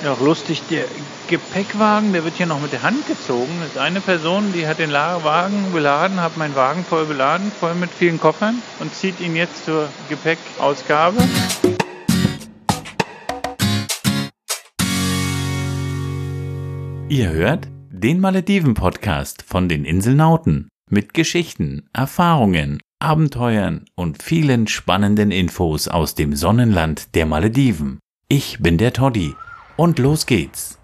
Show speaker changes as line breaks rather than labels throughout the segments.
Ja, auch lustig, der Gepäckwagen, der wird hier noch mit der Hand gezogen. Das ist eine Person, die hat den Wagen beladen, hat meinen Wagen voll beladen, voll mit vielen Koffern und zieht ihn jetzt zur Gepäckausgabe.
Ihr hört den Malediven-Podcast von den Inselnauten mit Geschichten, Erfahrungen, Abenteuern und vielen spannenden Infos aus dem Sonnenland der Malediven. Ich bin der Toddy und los geht's.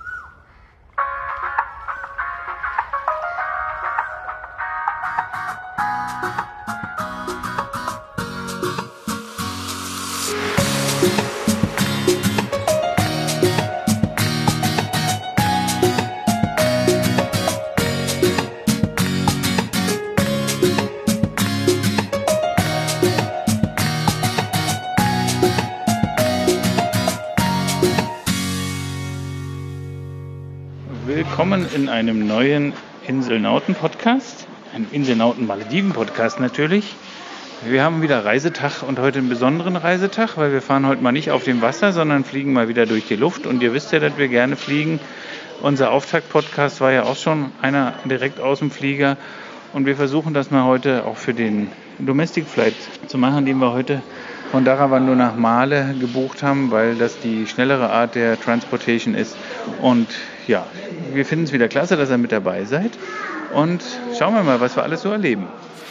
Willkommen in einem neuen Inselnauten-Podcast, einem Inselnauten-Malediven-Podcast natürlich. Wir haben wieder Reisetag und heute einen besonderen Reisetag, weil wir fahren heute mal nicht auf dem Wasser, sondern fliegen mal wieder durch die Luft. Und ihr wisst ja, dass wir gerne fliegen. Unser Auftakt-Podcast war ja auch schon einer direkt aus dem Flieger. Und wir versuchen das mal heute auch für den Domestic Flight zu machen, den wir heute von Dharawando nach Male gebucht haben, weil das die schnellere Art der Transportation ist. Und ja, wir finden es wieder klasse, dass ihr mit dabei seid. Und schauen wir mal, was wir alles so erleben.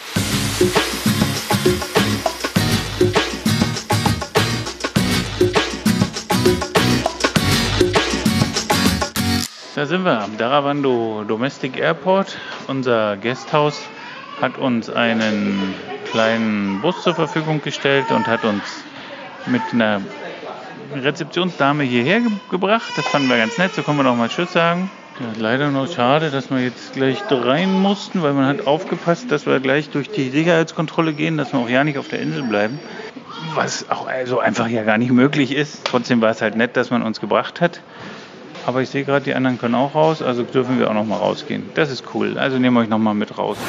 Da sind wir am Dharawando Domestic Airport. Unser Guesthouse hat uns einen kleinen Bus zur Verfügung gestellt und hat uns mit einer Rezeptionsdame hierher gebracht. Das fanden wir ganz nett, so können wir noch mal Tschüss sagen. Ja, leider noch schade, dass wir jetzt gleich rein mussten, weil man hat aufgepasst, dass wir gleich durch die Sicherheitskontrolle gehen, dass wir auch ja nicht auf der Insel bleiben. Was auch also einfach ja gar nicht möglich ist. Trotzdem war es halt nett, dass man uns gebracht hat. Aber ich sehe gerade, die anderen können auch raus, also dürfen wir auch noch mal rausgehen. Das ist cool, also nehmen wir euch noch mal mit raus.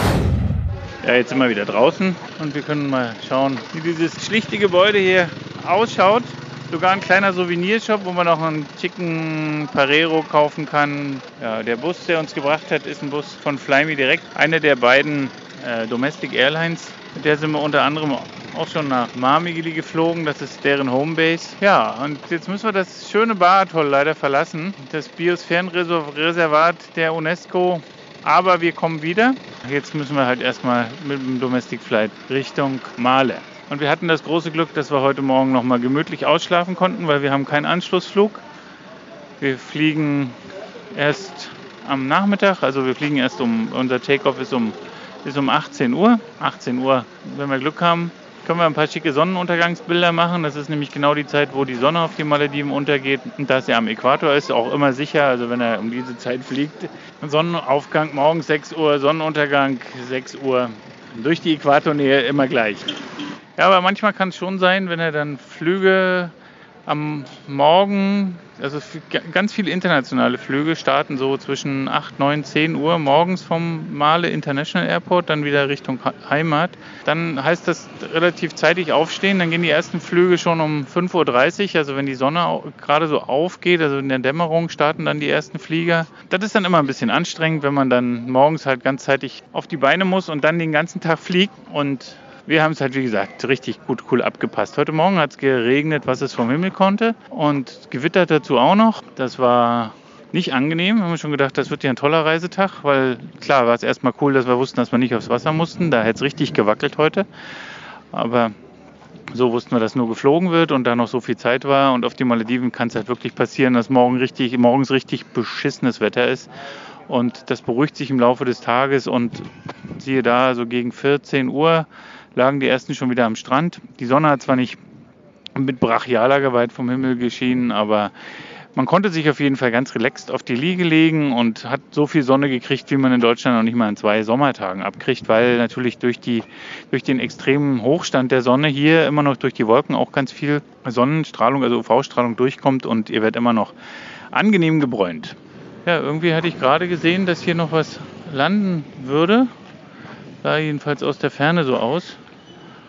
Ja, jetzt sind wir wieder draußen und wir können mal schauen, wie dieses schlichte Gebäude hier ausschaut. Sogar ein kleiner Souvenirshop, wo man noch einen Chicken Parero kaufen kann. Ja, der Bus, der uns gebracht hat, ist ein Bus von Flyme direkt. Eine der beiden Domestic Airlines. Mit der sind wir unter anderem auch schon nach Marmigili geflogen. Das ist deren Homebase. Ja, und jetzt müssen wir das schöne Bar-Atoll leider verlassen. Das Biosphärenreservat der UNESCO. Aber wir kommen wieder. Jetzt müssen wir halt erstmal mit dem Domestic Flight Richtung Male. Und wir hatten das große Glück, dass wir heute Morgen noch mal gemütlich ausschlafen konnten, weil wir haben keinen Anschlussflug. Wir fliegen erst am Nachmittag, also wir fliegen erst unser Takeoff ist um 18 Uhr. 18 Uhr, wenn wir Glück haben, können wir ein paar schicke Sonnenuntergangsbilder machen. Das ist nämlich genau die Zeit, wo die Sonne auf die Malediven untergeht. Und da es ja am Äquator ist, auch immer sicher, also wenn er um diese Zeit fliegt. Sonnenaufgang morgens 6 Uhr, Sonnenuntergang 6 Uhr. Durch die Äquatornähe immer gleich. Ja, aber manchmal kann es schon sein, wenn er dann Flüge am Morgen, also ganz viele internationale Flüge starten so zwischen 8, 9, 10 Uhr morgens vom Male International Airport, dann wieder Richtung Heimat. Dann heißt das relativ zeitig aufstehen, dann gehen die ersten Flüge schon um 5.30 Uhr, also wenn die Sonne gerade so aufgeht, also in der Dämmerung starten dann die ersten Flieger. Das ist dann immer ein bisschen anstrengend, wenn man dann morgens halt ganz zeitig auf die Beine muss und dann den ganzen Tag fliegt. Und wir haben es halt, wie gesagt, richtig cool abgepasst. Heute Morgen hat es geregnet, was es vom Himmel konnte, und gewittert dazu auch noch. Das war nicht angenehm. Wir haben schon gedacht, das wird ja ein toller Reisetag, weil klar war es erstmal cool, dass wir wussten, dass wir nicht aufs Wasser mussten. Da hätte es richtig gewackelt heute. Aber so wussten wir, dass nur geflogen wird und da noch so viel Zeit war. Und auf die Malediven kann es halt wirklich passieren, dass morgens richtig beschissenes Wetter ist. Und das beruhigt sich im Laufe des Tages und siehe da, so gegen 14 Uhr lagen die ersten schon wieder am Strand. Die Sonne hat zwar nicht mit brachialer Gewalt vom Himmel geschienen, aber man konnte sich auf jeden Fall ganz relaxed auf die Liege legen und hat so viel Sonne gekriegt, wie man in Deutschland noch nicht mal an 2 Sommertagen abkriegt, weil natürlich durch den extremen Hochstand der Sonne hier immer noch durch die Wolken auch ganz viel Sonnenstrahlung, also UV-Strahlung durchkommt und ihr werdet immer noch angenehm gebräunt. Ja, irgendwie hatte ich gerade gesehen, dass hier noch was landen würde. Sah jedenfalls aus der Ferne so aus.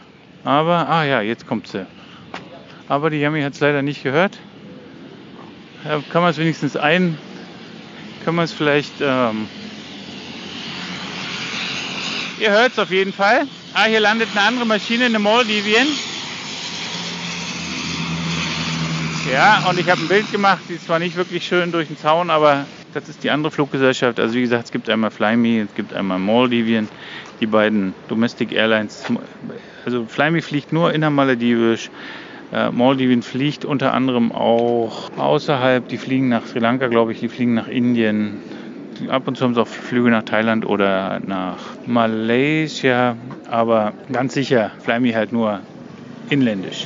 Aber, ja, jetzt kommt sie. Aber die Yami hat es leider nicht gehört. Da kann man es wenigstens können wir es vielleicht, ihr hört es auf jeden Fall. Hier landet eine andere Maschine, eine Maldivian. Ja, und ich habe ein Bild gemacht, die ist zwar nicht wirklich schön durch den Zaun, aber das ist die andere Fluggesellschaft. Also wie gesagt, es gibt einmal Flyme, es gibt einmal Maldivian, die beiden Domestic Airlines. Also Flyme fliegt nur innermaledivisch, Maldivian fliegt unter anderem auch außerhalb, die fliegen nach Sri Lanka, glaube ich, die fliegen nach Indien. Ab und zu haben sie auch Flüge nach Thailand oder nach Malaysia, aber ganz sicher Flyme halt nur inländisch.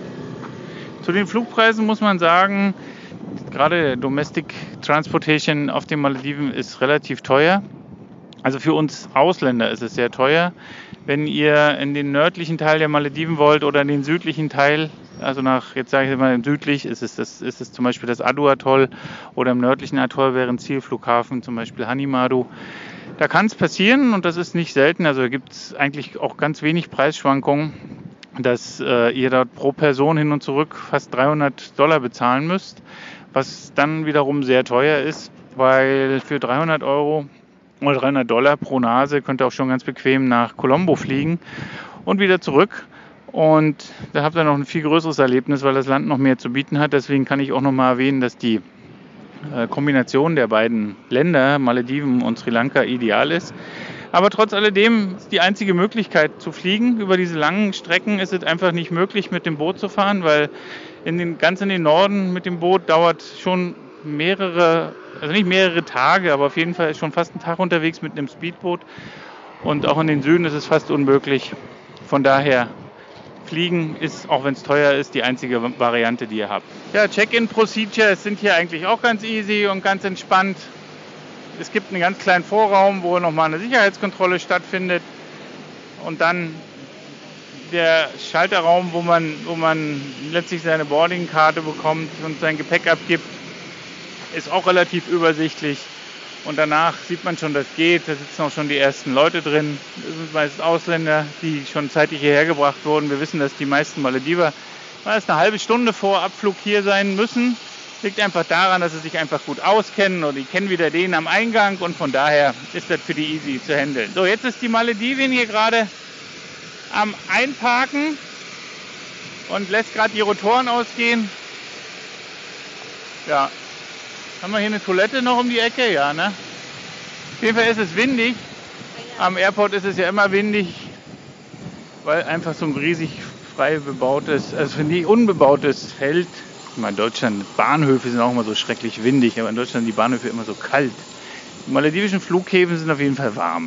Zu den Flugpreisen muss man sagen, gerade Domestic Transportation auf den Malediven ist relativ teuer. Also für uns Ausländer ist es sehr teuer. Wenn ihr in den nördlichen Teil der Malediven wollt oder in den südlichen Teil, also jetzt sage ich mal südlich, ist es zum Beispiel das Adu-Atoll oder im nördlichen Atoll wäre ein Zielflughafen, zum Beispiel Hanimadu. Da kann es passieren und das ist nicht selten, also da gibt es eigentlich auch ganz wenig Preisschwankungen, dass ihr dort pro Person hin und zurück fast $300 bezahlen müsst, was dann wiederum sehr teuer ist, weil für 300 Euro oder $300 pro Nase könnt ihr auch schon ganz bequem nach Colombo fliegen und wieder zurück. Und da habt ihr noch ein viel größeres Erlebnis, weil das Land noch mehr zu bieten hat. Deswegen kann ich auch noch mal erwähnen, dass die Kombination der beiden Länder, Malediven und Sri Lanka, ideal ist. Aber trotz alledem ist die einzige Möglichkeit zu fliegen. Über diese langen Strecken ist es einfach nicht möglich, mit dem Boot zu fahren, weil ganz in den Norden mit dem Boot dauert schon nicht mehrere Tage, aber auf jeden Fall schon fast einen Tag unterwegs mit einem Speedboot. Und auch in den Süden ist es fast unmöglich. Von daher, Fliegen ist, auch wenn es teuer ist, die einzige Variante, die ihr habt. Ja, Check-in-Procedures sind hier eigentlich auch ganz easy und ganz entspannt. Es gibt einen ganz kleinen Vorraum, wo nochmal eine Sicherheitskontrolle stattfindet. Und dann der Schalterraum, wo man letztlich seine Boardingkarte bekommt und sein Gepäck abgibt, ist auch relativ übersichtlich. Und danach sieht man schon, das geht. Da sitzen auch schon die ersten Leute drin. Das sind meist Ausländer, die schon zeitig hierher gebracht wurden. Wir wissen, dass die meisten Malediver meist eine halbe Stunde vor Abflug hier sein müssen. Liegt einfach daran, dass sie sich einfach gut auskennen und die kennen wieder den am Eingang und von daher ist das für die easy zu handeln. So, jetzt ist die Malediven hier gerade am Einparken und lässt gerade die Rotoren ausgehen. Ja, haben wir hier eine Toilette noch um die Ecke? Ja, ne? Auf jeden Fall ist es windig. Am Airport ist es ja immer windig, weil einfach so ein riesig frei bebautes, also nie unbebautes Feld. Ich meine, in Deutschland, Bahnhöfe sind auch immer so schrecklich windig, aber in Deutschland sind die Bahnhöfe immer so kalt. Die maledivischen Flughäfen sind auf jeden Fall warm.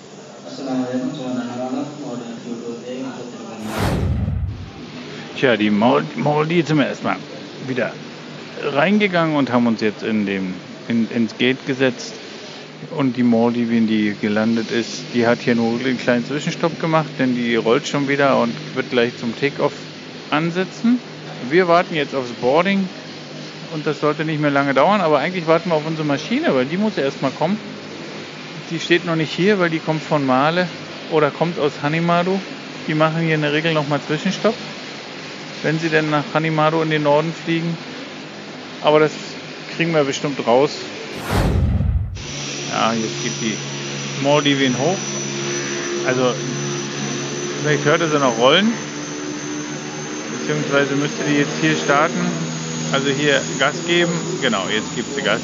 Tja, die Malediven sind wir erstmal wieder reingegangen und haben uns jetzt ins Gate gesetzt. Und die Malediven, die gelandet ist, die hat hier nur einen kleinen Zwischenstopp gemacht, denn die rollt schon wieder und wird gleich zum Takeoff ansetzen. Wir warten jetzt aufs Boarding und das sollte nicht mehr lange dauern, aber eigentlich warten wir auf unsere Maschine, weil die muss ja erstmal kommen. Die steht noch nicht hier, weil die kommt von Male oder kommt aus Hanimadu. Die machen hier in der Regel nochmal Zwischenstopp, wenn sie denn nach Hanimadu in den Norden fliegen. Aber das kriegen wir bestimmt raus. Ja, jetzt geht die Malediven hoch. Also, vielleicht hört ihr sie noch rollen. Beziehungsweise müsste die jetzt hier starten. Also hier Gas geben. Genau, jetzt gibt sie Gas.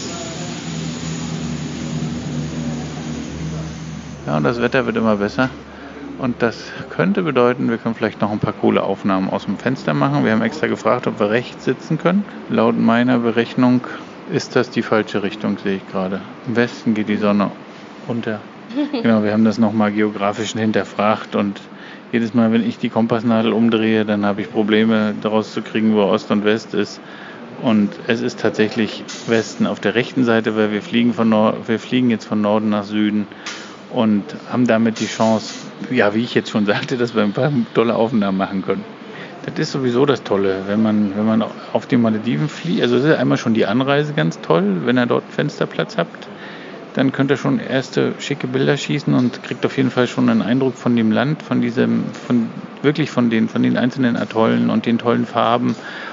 Ja, und das Wetter wird immer besser. Und das könnte bedeuten, wir können vielleicht noch ein paar coole Aufnahmen aus dem Fenster machen. Wir haben extra gefragt, ob wir rechts sitzen können. Laut meiner Berechnung ist das die falsche Richtung, sehe ich gerade. Im Westen geht die Sonne unter. Genau, wir haben das nochmal geografisch hinterfragt und jedes Mal, wenn ich die Kompassnadel umdrehe, dann habe ich Probleme daraus zu kriegen, wo Ost und West ist. Und es ist tatsächlich Westen auf der rechten Seite, weil wir fliegen jetzt von Norden nach Süden und haben damit die Chance, ja, wie ich jetzt schon sagte, dass wir ein paar tolle Aufnahmen machen können. Das ist sowieso das Tolle, wenn man auf den Malediven fliegt. Also es ist einmal schon die Anreise ganz toll, wenn ihr dort Fensterplatz habt. Dann könnt ihr schon erste schicke Bilder schießen und kriegt auf jeden Fall schon einen Eindruck von dem Land, von den einzelnen Atollen und den tollen Farben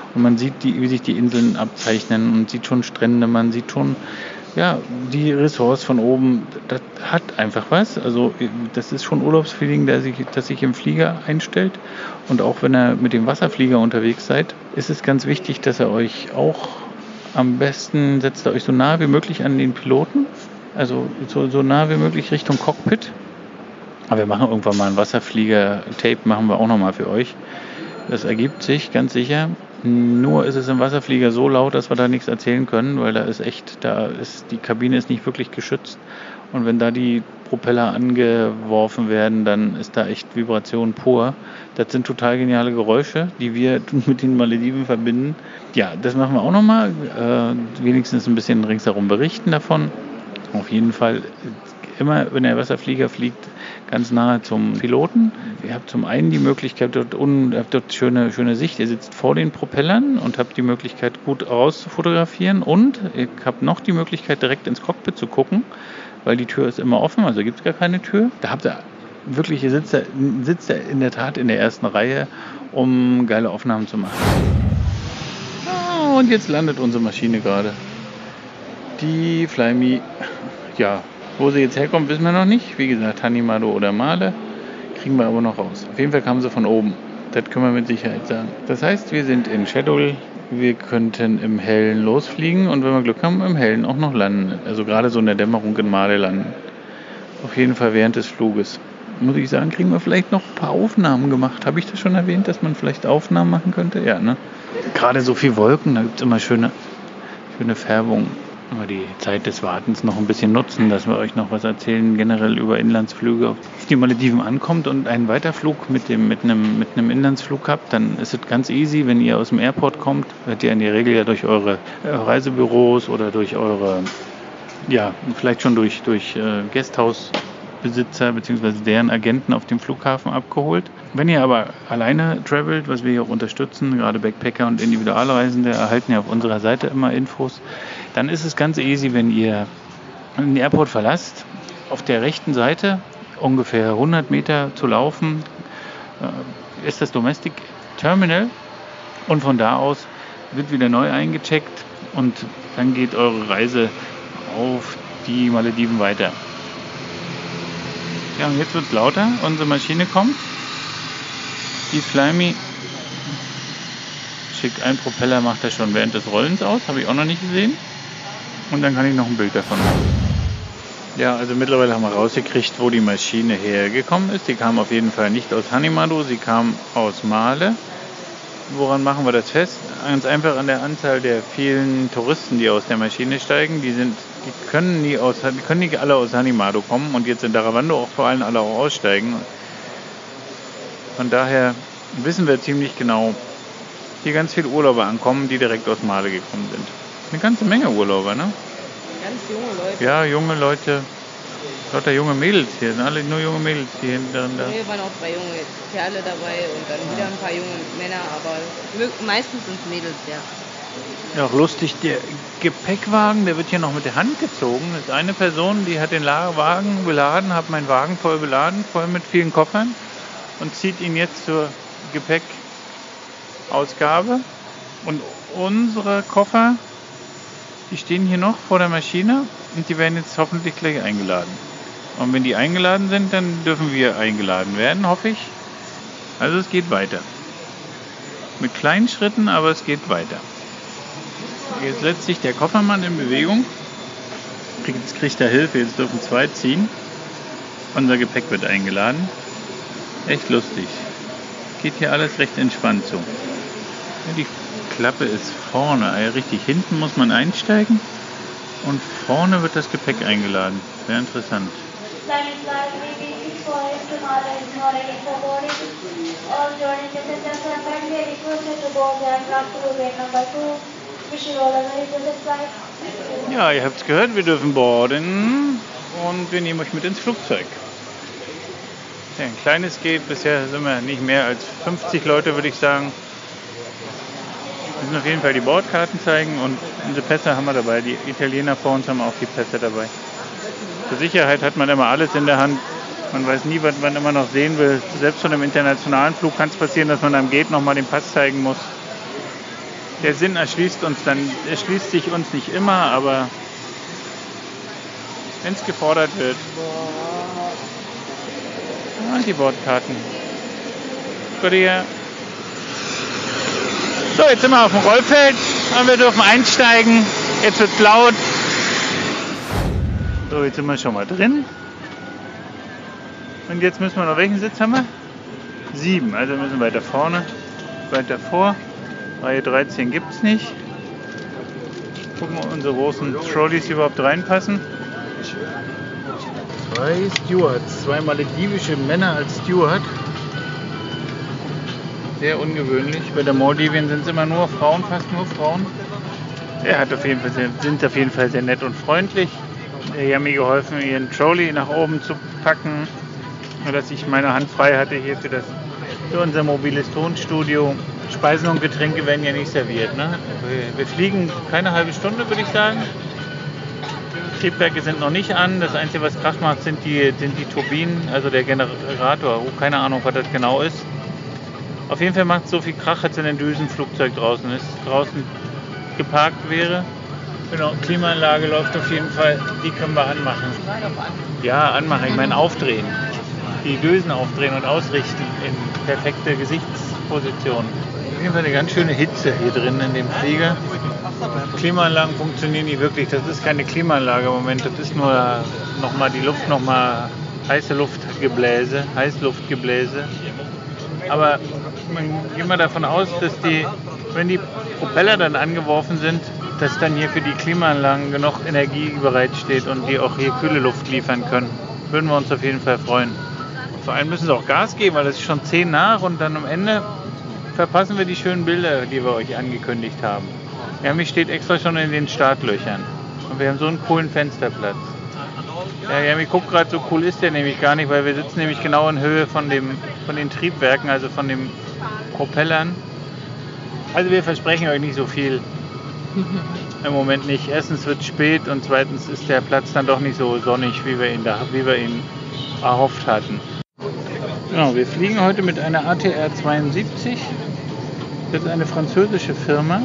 Und man sieht, wie sich die Inseln abzeichnen und sieht schon Strände, man sieht schon die Ressorts von oben. Das hat einfach was. Also das ist schon Urlaubsfeeling, das sich im Flieger einstellt. Und auch wenn ihr mit dem Wasserflieger unterwegs seid, ist es ganz wichtig, dass ihr euch auch am besten setzt ihr euch so nah wie möglich an den Piloten. Also so nah wie möglich Richtung Cockpit. Aber wir machen irgendwann mal einen Wasserflieger-Tape, machen wir auch nochmal für euch. Das ergibt sich, ganz sicher. Nur ist es im Wasserflieger so laut, dass wir da nichts erzählen können, weil die Kabine ist nicht wirklich geschützt. Und wenn da die Propeller angeworfen werden, dann ist da echt Vibration pur. Das sind total geniale Geräusche, die wir mit den Malediven verbinden. Ja, das machen wir auch nochmal. Wenigstens ein bisschen ringsherum berichten davon. Auf jeden Fall immer, wenn der Wasserflieger fliegt, ganz nahe zum Piloten. Ihr habt zum einen die Möglichkeit, habt dort schöne Sicht. Ihr sitzt vor den Propellern und habt die Möglichkeit, gut rauszufotografieren. Und ihr habt noch die Möglichkeit, direkt ins Cockpit zu gucken, weil die Tür ist immer offen, also gibt es gar keine Tür. Da habt ihr wirklich, ihr sitzt in der Tat in der ersten Reihe, um geile Aufnahmen zu machen. Und jetzt landet unsere Maschine gerade. Die Flyme, ja, wo sie jetzt herkommt, wissen wir noch nicht. Wie gesagt, Hanimado oder Male, kriegen wir aber noch raus. Auf jeden Fall kam sie von oben. Das können wir mit Sicherheit sagen. Das heißt, wir sind in Schedule. Wir könnten im Hellen losfliegen und wenn wir Glück haben, im Hellen auch noch landen. Also gerade so in der Dämmerung in Male landen. Auf jeden Fall während des Fluges. Muss ich sagen, kriegen wir vielleicht noch ein paar Aufnahmen gemacht. Habe ich das schon erwähnt, dass man vielleicht Aufnahmen machen könnte? Ja, ne? Gerade so viel Wolken, da gibt es immer schöne Färbung. Aber die Zeit des Wartens noch ein bisschen nutzen, dass wir euch noch was erzählen, generell über Inlandsflüge. Auf die Malediven ankommt und einen Weiterflug mit einem Inlandsflug habt, dann ist es ganz easy, wenn ihr aus dem Airport kommt, werdet ihr in der Regel ja durch eure Reisebüros oder durch eure, vielleicht schon durch Guesthouse-Besitzer bzw. deren Agenten auf dem Flughafen abgeholt. Wenn ihr aber alleine travelt, was wir hier auch unterstützen, gerade Backpacker und Individualreisende erhalten ja auf unserer Seite immer Infos, dann ist es ganz easy, wenn ihr den Airport verlasst, auf der rechten Seite ungefähr 100 Meter zu laufen, ist das Domestic Terminal und von da aus wird wieder neu eingecheckt und dann geht eure Reise auf die Malediven weiter. Ja, und jetzt wird es lauter, unsere Maschine kommt, die Flyme schickt einen Propeller, macht er schon während des Rollens aus, habe ich auch noch nicht gesehen. Und dann kann ich noch ein Bild davon machen. Ja, also mittlerweile haben wir rausgekriegt, wo die Maschine hergekommen ist. Die kam auf jeden Fall nicht aus Hanimado, sie kam aus Male. Woran machen wir das fest? Ganz einfach an der Anzahl der vielen Touristen, die aus der Maschine steigen. Die können nie alle aus Hanimado kommen und jetzt in Daravando auch vor allem alle auch aussteigen. Von daher wissen wir ziemlich genau, hier ganz viele Urlauber ankommen, die direkt aus Male gekommen sind. Eine ganze Menge Urlauber, ne?
Ganz junge Leute.
Ja, junge Leute. Lauter junge Mädels hier. Sind alle nur junge Mädels hier hinten drin.
Hier waren auch 2 junge Kerle dabei und dann wieder ein paar junge Männer, aber meistens sind es Mädels, ja.
Ja, auch lustig, der Gepäckwagen, der wird hier noch mit der Hand gezogen. Das ist eine Person, die hat den Wagen beladen, hat meinen Wagen voll beladen, voll mit vielen Koffern und zieht ihn jetzt zur Gepäckausgabe. Und unsere Koffer, die stehen hier noch vor der Maschine und die werden jetzt hoffentlich gleich eingeladen. Und wenn die eingeladen sind, dann dürfen wir eingeladen werden, hoffe ich. Also es geht weiter. Mit kleinen Schritten, aber es geht weiter. Jetzt setzt sich der Koffermann in Bewegung. Jetzt kriegt er Hilfe, jetzt dürfen 2 ziehen. Unser Gepäck wird eingeladen. Echt lustig. Geht hier alles recht entspannt so. Ja, die Klappe ist vorne, richtig hinten muss man einsteigen und vorne wird das Gepäck eingeladen. Sehr interessant. Ja, ihr habt es gehört, wir dürfen boarden und wir nehmen euch mit ins Flugzeug. Ja, ein kleines geht, bisher sind wir nicht mehr als 50 Leute, würde ich sagen. Wir müssen auf jeden Fall die Bordkarten zeigen und unsere Pässe haben wir dabei. Die Italiener vor uns haben auch die Pässe dabei. Zur Sicherheit hat man immer alles in der Hand. Man weiß nie, was man immer noch sehen will. Selbst von einem internationalen Flug kann es passieren, dass man am Gate nochmal den Pass zeigen muss. Der Sinn erschließt sich uns nicht immer, aber wenn es gefordert wird. Ah, die Bordkarten. Gut, hier. So, jetzt sind wir auf dem Rollfeld und wir dürfen einsteigen. Jetzt wird's laut. So, jetzt sind wir schon mal drin. Und jetzt müssen wir noch, welchen Sitz haben wir? 7, also müssen wir weiter vorne, weiter vor. Reihe 13 gibt es nicht. Gucken, ob unsere großen Trolleys überhaupt reinpassen. 2 Stewards, 2 maledivische Männer als Steward. Sehr ungewöhnlich. Bei der Maldivien sind es immer nur Frauen, fast nur Frauen. Sind auf jeden Fall sehr nett und freundlich. Die haben mir geholfen, ihren Trolley nach oben zu packen, sodass ich meine Hand frei hatte hier für unser mobiles Tonstudio. Speisen und Getränke werden ja nicht serviert. Ne? Wir fliegen keine halbe Stunde, würde ich sagen. Triebwerke sind noch nicht an. Das Einzige, was Krach macht, sind die Turbinen, also der Generator. Keine Ahnung, was das genau ist. Auf jeden Fall macht es so viel Krach, als wenn ein Düsenflugzeug draußen geparkt wäre. Genau, Klimaanlage läuft auf jeden Fall. Die können wir anmachen. Ja, anmachen. Ich meine aufdrehen. Die Düsen aufdrehen und ausrichten in perfekte Gesichtsposition. Auf jeden Fall eine ganz schöne Hitze hier drin in dem Flieger. Klimaanlagen funktionieren nicht wirklich. Das ist keine Klimaanlage im Moment. Das ist nur nochmal die Luft, nochmal Heißluftgebläse. Aber gehen wir davon aus, dass wenn die Propeller dann angeworfen sind, dass dann hier für die Klimaanlagen genug Energie bereitsteht und die auch hier kühle Luft liefern können. Würden wir uns auf jeden Fall freuen. Vor allem müssen sie auch Gas geben, weil das ist schon 10 nach und dann am Ende verpassen wir die schönen Bilder, die wir euch angekündigt haben. Ja, mich steht extra schon in den Startlöchern und wir haben so einen coolen Fensterplatz. Ja, mich guckt gerade, so cool ist der nämlich gar nicht, weil wir sitzen nämlich genau in Höhe von den Triebwerken, also von den Propellern. Also wir versprechen euch nicht so viel. Im Moment nicht. Erstens wird es spät und zweitens ist der Platz dann doch nicht so sonnig, wie wir ihn erhofft hatten. Genau, wir fliegen heute mit einer ATR 72. Das ist eine französische Firma.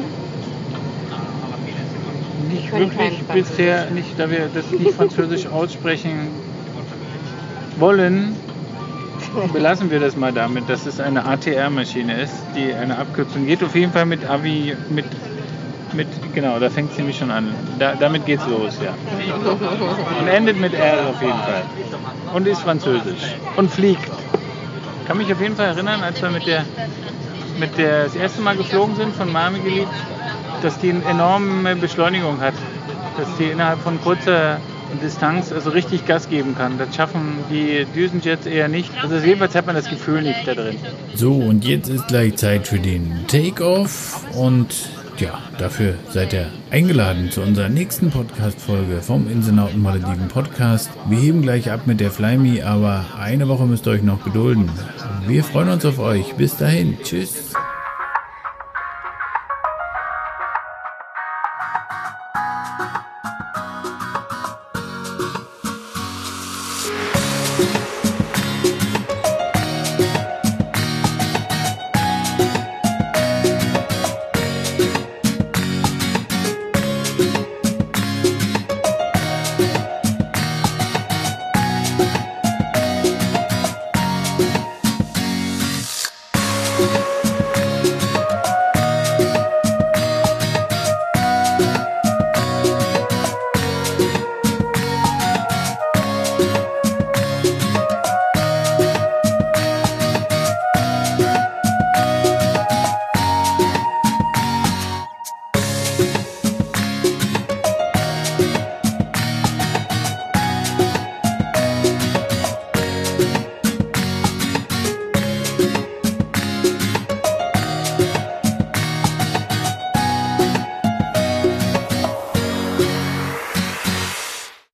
Nicht wirklich bisher, nicht, da wir das nicht französisch aussprechen wollen, belassen wir das mal damit, dass es eine ATR-Maschine ist, die eine Abkürzung geht. Auf jeden Fall mit Avi, genau, da fängt es nämlich schon an. Damit geht's los, ja. Und endet mit R auf jeden Fall. Und ist französisch. Und fliegt. Kann mich auf jeden Fall erinnern, als wir das erste Mal geflogen sind von Marmigelied, dass die eine enorme Beschleunigung hat. Dass die innerhalb von kurzer Distanz also richtig Gas geben kann. Das schaffen die Düsenjets eher nicht. Also jedenfalls hat man das Gefühl nicht da drin.
So, und jetzt ist gleich Zeit für den Take-Off und ja, dafür seid ihr eingeladen zu unserer nächsten Podcast-Folge vom Inselnauten Malediven Podcast. Wir heben gleich ab mit der Flyme, aber eine Woche müsst ihr euch noch gedulden. Wir freuen uns auf euch. Bis dahin. Tschüss.